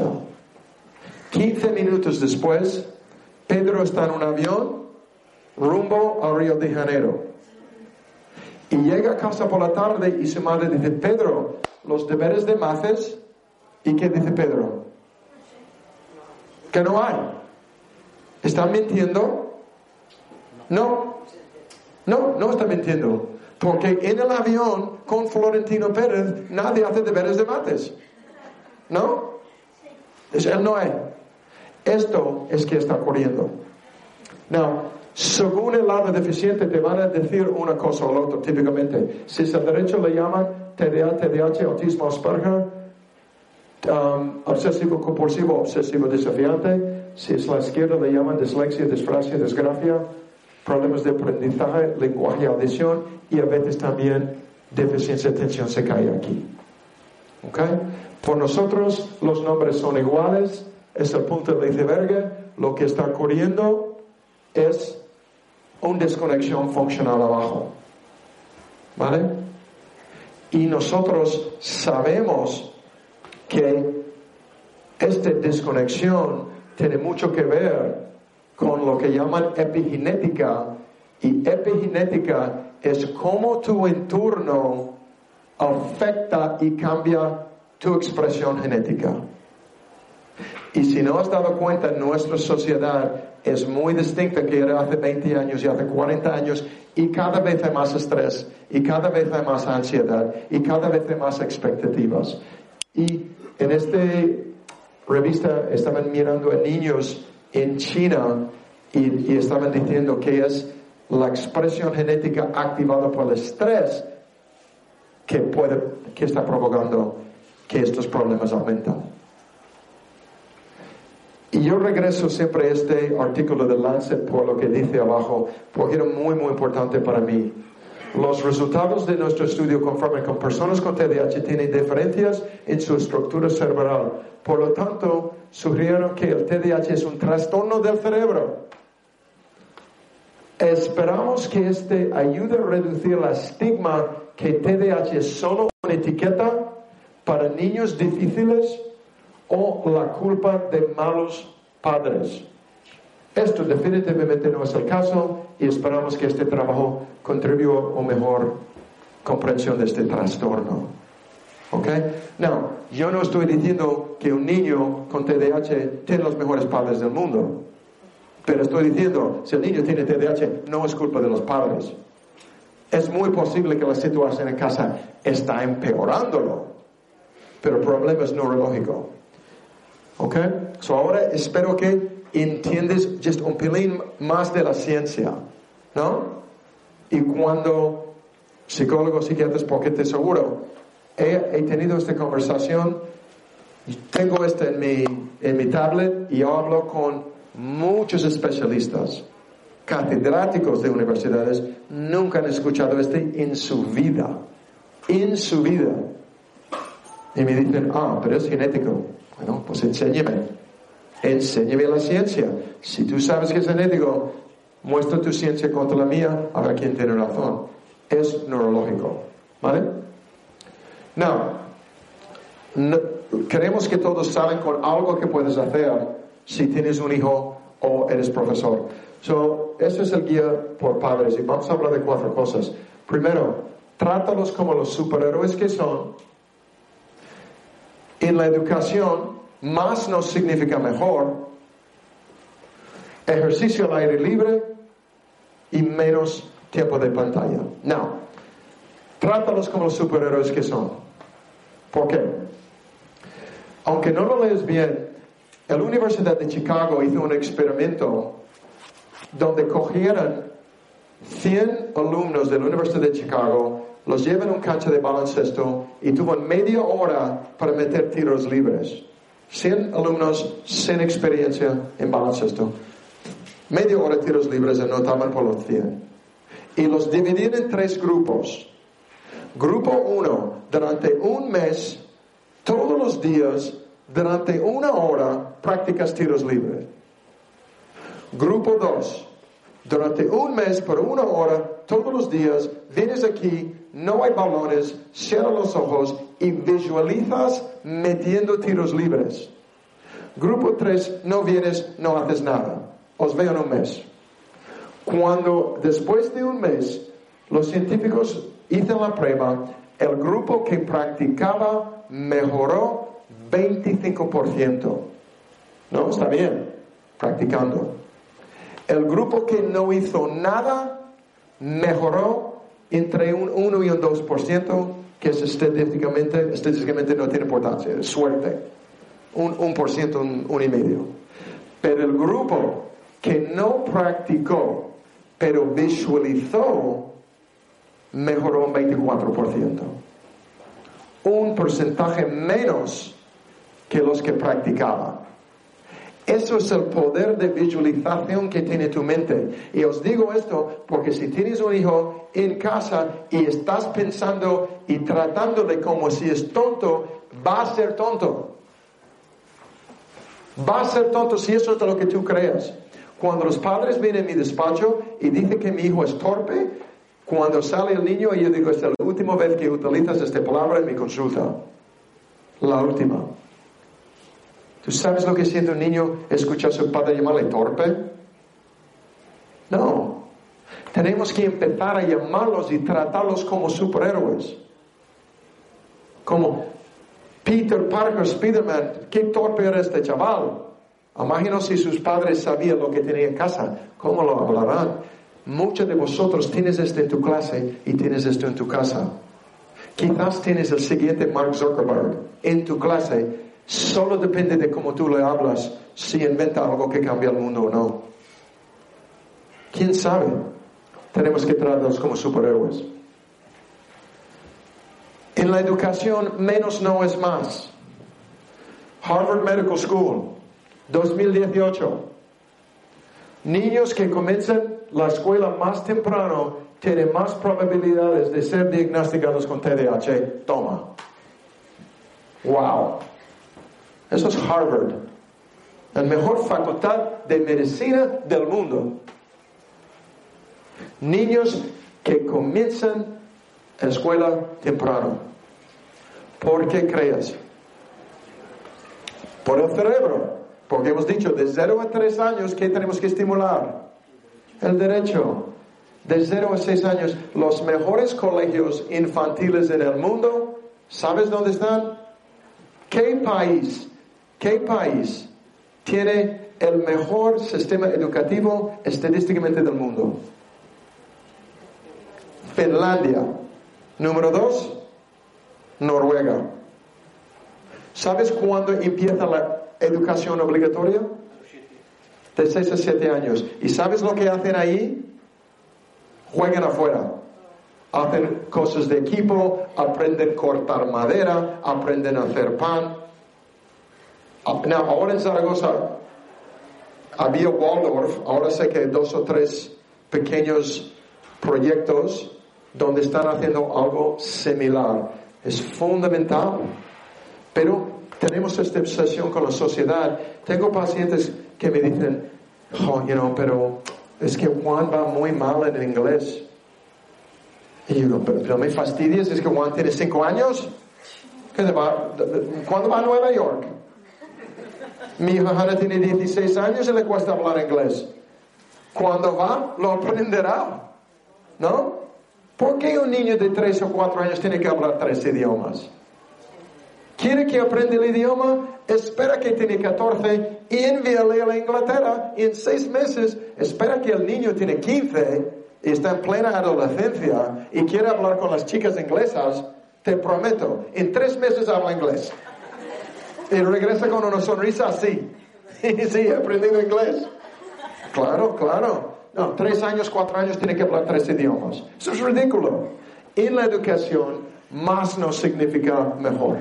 15 minutos después, Pedro está en un avión rumbo a Río de Janeiro. Y llega a casa por la tarde y su madre dice, Pedro, los deberes de Maces. ¿Y qué dice Pedro? Que no hay. ¿Están mintiendo? No está mintiendo. Porque en el avión con Florentino Pérez nadie hace deberes de Maces. ¿No? Él no hay. Esto es que está ocurriendo. Now, según el lado deficiente te van a decir una cosa o la otra, típicamente. Si es el derecho le llaman TDAH, autismo Asperger, obsesivo compulsivo, obsesivo desafiante. Si es la izquierda le llaman dislexia, disfrasia, desgracia, problemas de aprendizaje, lenguaje, audición y a veces también deficiencia de atención se cae aquí. ¿Ok? Por nosotros los nombres son iguales, es el punto de iceberg. Lo que está ocurriendo es una desconexión funcional abajo. ¿Vale? Y nosotros sabemos que esta desconexión tiene mucho que ver con lo que llaman epigenética. Y epigenética es cómo tu entorno afecta y cambia tu expresión genética. Y si no has dado cuenta, nuestra sociedad es muy distinta que era hace 20 años y hace 40 años, y cada vez hay más estrés, y cada vez hay más ansiedad, y cada vez hay más expectativas. Y en esta revista estaban mirando a niños en China y estaban diciendo que es la expresión genética activada por el estrés que está provocando que estos problemas aumentan. Y yo regreso siempre a este artículo de Lancet por lo que dice abajo, porque era muy, muy importante para mí. Los resultados de nuestro estudio confirman que personas con TDAH tienen diferencias en su estructura cerebral. Por lo tanto, sugirieron que el TDAH es un trastorno del cerebro. Esperamos que este ayude a reducir el estigma que TDAH es solo una etiqueta para niños difíciles o la culpa de malos padres. Esto definitivamente no es el caso y esperamos que este trabajo contribuya a una mejor comprensión de este trastorno. ¿Ok? No, yo no estoy diciendo que un niño con TDAH tiene los mejores padres del mundo. Pero estoy diciendo, si el niño tiene TDAH, no es culpa de los padres. Es muy posible que la situación en casa está empeorándolo. Pero el problema es neurológico. ¿Ok? So ahora espero que entiendes just un pelín más de la ciencia, ¿no? Y cuando psicólogos, psiquiatras, porque te aseguro, he tenido esta conversación, tengo esto en mi tablet y yo hablo con muchos especialistas, catedráticos de universidades, nunca han escuchado esto en su vida. En su vida. Y me dicen, pero es genético. Bueno, pues enséñame la ciencia. Si tú sabes que es genético, muestra tu ciencia contra la mía, a ver quién tiene razón. Es neurológico, ¿vale? No, queremos que todos salgan con algo que puedes hacer si tienes un hijo o eres profesor. Ese es el guía por padres y vamos a hablar de 4 cosas. Primero, trátalos como los superhéroes que son. En la educación, más no significa mejor. Ejercicio al aire libre y menos tiempo de pantalla. No, trátalos como los superhéroes que son. ¿Por qué? Aunque no lo lees bien, la Universidad de Chicago hizo un experimento donde cogieron 100 alumnos de la Universidad de Chicago, los llevan a un cancha de baloncesto y tuvo media hora para meter tiros libres. 100 alumnos sin experiencia en baloncesto. Media hora de tiros libres, anotaban por los 100. Y los dividían en 3 grupos. Grupo 1, durante un mes, todos los días, durante 1 hora, practicas tiros libres. Grupo 2, durante un mes, por 1 hora, todos los días, vienes aquí, no hay balones, cierra los ojos y visualizas metiendo tiros libres. Grupo 3, no vienes, no haces nada. Os veo en un mes. Cuando después de un mes, los científicos hicieron la prueba, el grupo que practicaba mejoró 25%. No, está bien, practicando. El grupo que no hizo nada mejoró entre un 1 y un 2%, que es estadísticamente no tiene importancia, es suerte. Un 1%, un 1,5%. Pero el grupo que no practicó, pero visualizó, mejoró un 24%. Un porcentaje menos que los que practicaban. Eso es el poder de visualización que tiene tu mente. Y os digo esto porque si tienes un hijo en casa y estás pensando y tratándole como si es tonto, va a ser tonto. Va a ser tonto si eso es lo que tú creas. Cuando los padres vienen a mi despacho y dicen que mi hijo es torpe, cuando sale el niño y yo digo, esta es la última vez que utilizas esta palabra en mi consulta. La última. ¿Tú sabes lo que siente un niño escuchar a su padre llamarle torpe? No. Tenemos que empezar a llamarlos y tratarlos como superhéroes. Como Peter Parker, Spider-Man. Qué torpe era este chaval. Imagino si sus padres sabían lo que tenía en casa. ¿Cómo lo hablarán? Muchos de vosotros tienes esto en tu clase y tienes esto en tu casa. Quizás tienes el siguiente Mark Zuckerberg en tu clase. Solo depende de cómo tú le hablas si inventa algo que cambia el mundo o no. ¿Quién sabe? Tenemos que tratarlos como superhéroes. En la educación, menos no es más. Harvard Medical School, 2018. Niños que comienzan la escuela más temprano tienen más probabilidades de ser diagnosticados con TDAH. Toma. Wow. Eso es Harvard. La mejor facultad de medicina del mundo. Niños que comienzan la escuela temprano. ¿Por qué crees? Por el cerebro. Porque hemos dicho, de 0 a 3 años, ¿qué tenemos que estimular? El derecho. De 0 a 6 años, los mejores colegios infantiles en el mundo, ¿sabes dónde están? ¿Qué país tiene el mejor sistema educativo estadísticamente del mundo? Finlandia. Número 2, Noruega. ¿Sabes cuándo empieza la educación obligatoria? De 6 a 7 años. ¿Y sabes lo que hacen ahí? Juegan afuera. Hacen cosas de equipo, aprenden a cortar madera, aprenden a hacer pan. Ahora en Zaragoza había Waldorf, ahora sé que hay 2 o 3 pequeños proyectos donde están haciendo algo similar. Es fundamental. Pero tenemos esta obsesión con la sociedad. Tengo pacientes que me dicen, pero es que Juan va muy mal en inglés. Y yo digo, pero no me fastidies, es que Juan tiene 5 años. ¿Cuándo va a Nueva York? Mi hija Hannah tiene 16 años y le cuesta hablar inglés. Cuando va, lo aprenderá. ¿No? ¿Por qué un niño de 3 o 4 años tiene que hablar 3 idiomas? ¿Quiere que aprenda el idioma? Espera que tiene 14 y envíale a la Inglaterra. Y en 6 meses, espera que el niño tiene 15 y está en plena adolescencia y quiere hablar con las chicas inglesas. Te prometo, en 3 meses habla inglés. Y regresa con una sonrisa así. Y sí, he aprendido inglés. Claro. No, 3 años, 4 años tiene que hablar 3 idiomas. Eso es ridículo. En la educación, más no significa mejor.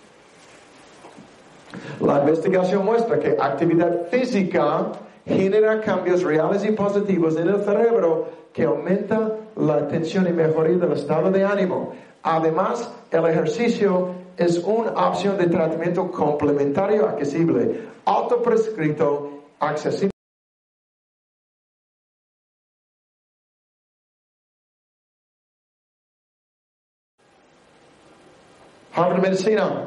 La investigación muestra que actividad física genera cambios reales y positivos en el cerebro que aumenta la atención y mejoría del estado de ánimo. Además, el ejercicio es una opción de tratamiento complementario accesible, autoprescrito, accesible. Harvard Medicina.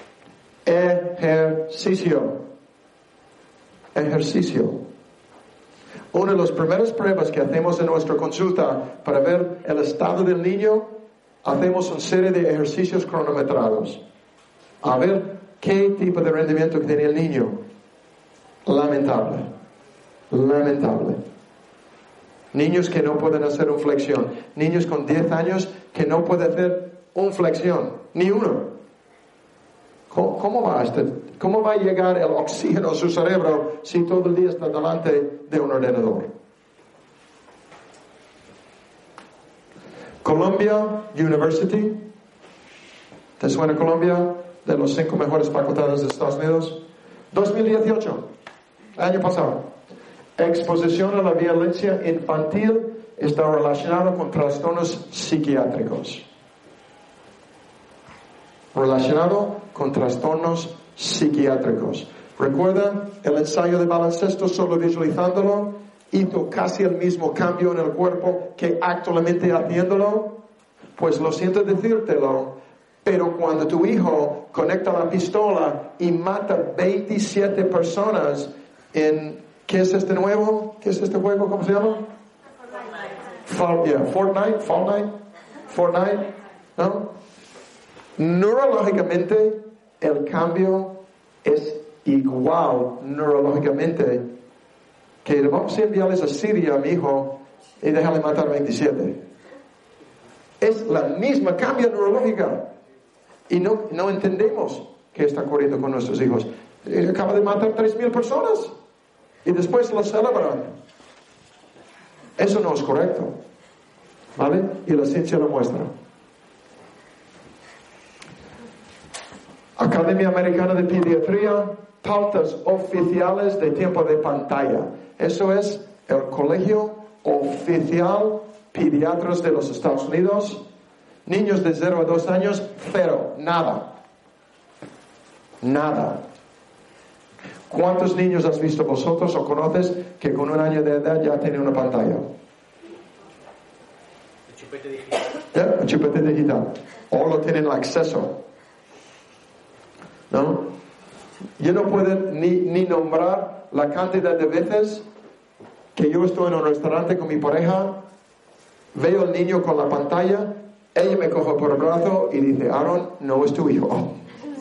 Ejercicio. Una de las primeras pruebas que hacemos en nuestra consulta para ver el estado del niño, hacemos una serie de ejercicios cronometrados. A ver qué tipo de rendimiento tiene el niño. Lamentable. Niños que no pueden hacer una flexión. Niños con 10 años que no pueden hacer una flexión. Ni uno. ¿Cómo va a llegar el oxígeno a su cerebro si todo el día está delante de un ordenador? Columbia University. ¿Te suena Columbia? De los 5 mejores facultades de Estados Unidos. 2018. Año pasado. Exposición a la violencia infantil está relacionada con trastornos psiquiátricos. ¿Recuerdan el ensayo de baloncesto? Solo visualizándolo hizo casi el mismo cambio en el cuerpo que actualmente haciéndolo. Pues lo siento decírtelo, pero cuando tu hijo conecta la pistola y mata 27 personas en... ¿Qué es este nuevo? ¿Qué es este juego? ¿Cómo se llama? Fortnite, ¿no? Neurológicamente, el cambio es igual neurológicamente que vamos a enviarles a Siria a mi hijo y dejarle matar 27. Es la misma cambio neurológica. Y no entendemos qué está ocurriendo con nuestros hijos. Acaba de matar 3,000 personas y después lo celebran. Eso no es correcto. ¿Vale? Y la ciencia lo muestra. Academia Americana de Pediatría, pautas oficiales de tiempo de pantalla. Eso es el colegio oficial pediatras de los Estados Unidos. Niños de 0 a 2 años, 0, nada. ¿Cuántos niños has visto vosotros o conoces que con 1 año de edad ya tienen una pantalla? El chupete digital. El chupete digital. O lo tienen acceso. ¿No? Yo no puedo ni nombrar la cantidad de veces que yo estoy en un restaurante con mi pareja, veo al niño con la pantalla, ella me coge por el brazo y dice: Aaron, no es tu hijo.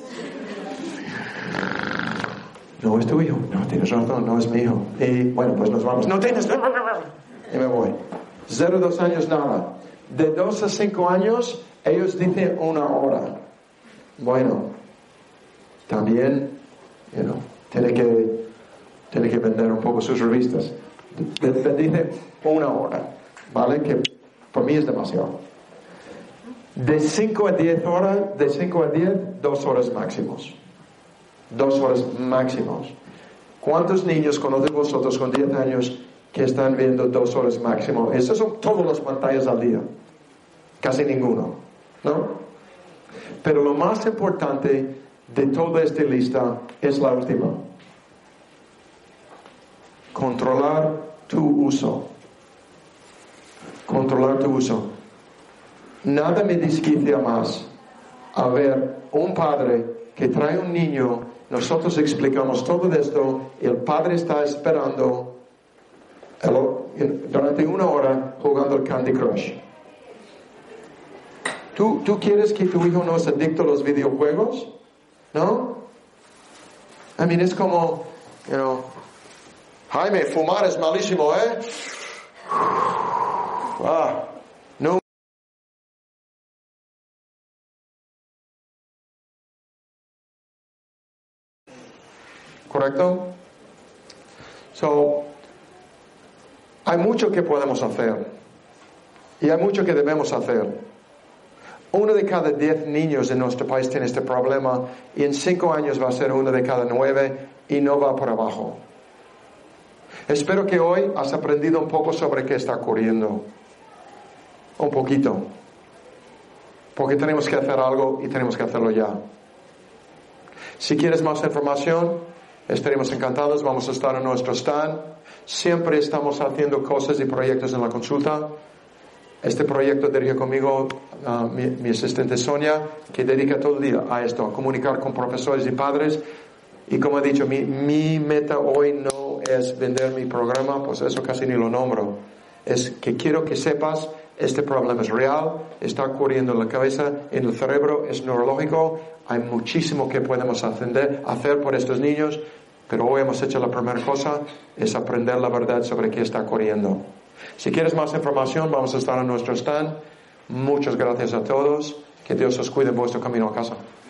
No es tu hijo. No, tienes razón, no es mi hijo. Y bueno, pues nos vamos. No tienes. Y me voy. 0 a 2 años, nada. De 2 a 5 años, ellos dicen 1 hora. Bueno. También, tiene que vender un poco sus revistas. Dice 1 hora, ¿vale? Que por mí es demasiado. De 5 a 10 horas, 2 horas máximos. 2 horas máximos. ¿Cuántos niños conocen vosotros con 10 años que están viendo 2 horas máximo? Esas son todas las pantallas al día. Casi ninguno, ¿no? Pero lo más importante de toda esta lista es la última. Controlar tu uso. Nada me desquicia más a ver un padre que trae un niño, nosotros explicamos todo esto, y el padre está esperando durante 1 hora jugando el Candy Crush. ¿Tú quieres que tu hijo no es adicto a los videojuegos? ¿No? Es como, Jaime, fumar es malísimo, ¿eh? No. ¿Correcto? Hay mucho que podemos hacer. Y hay mucho que debemos hacer. 1 de cada 10 niños en nuestro país tiene este problema, y en 5 años va a ser 1 de cada 9, y no va por abajo. Espero que hoy has aprendido un poco sobre qué está ocurriendo. Un poquito. Porque tenemos que hacer algo y tenemos que hacerlo ya. Si quieres más información, estaremos encantados. Vamos a estar en nuestro stand. Siempre estamos haciendo cosas y proyectos en la consulta. Este proyecto dirige conmigo mi asistente Sonia, que dedica todo el día a esto, a comunicar con profesores y padres. Y como he dicho, mi meta hoy no es vender mi programa, pues eso casi ni lo nombro. Es que quiero que sepas, este problema es real, está ocurriendo en la cabeza, en el cerebro, es neurológico. Hay muchísimo que podemos hacer por estos niños, pero hoy hemos hecho la primera cosa, es aprender la verdad sobre qué está ocurriendo. Si quieres más información, vamos a estar en nuestro stand. Muchas gracias a todos. Que Dios os cuide en vuestro camino a casa.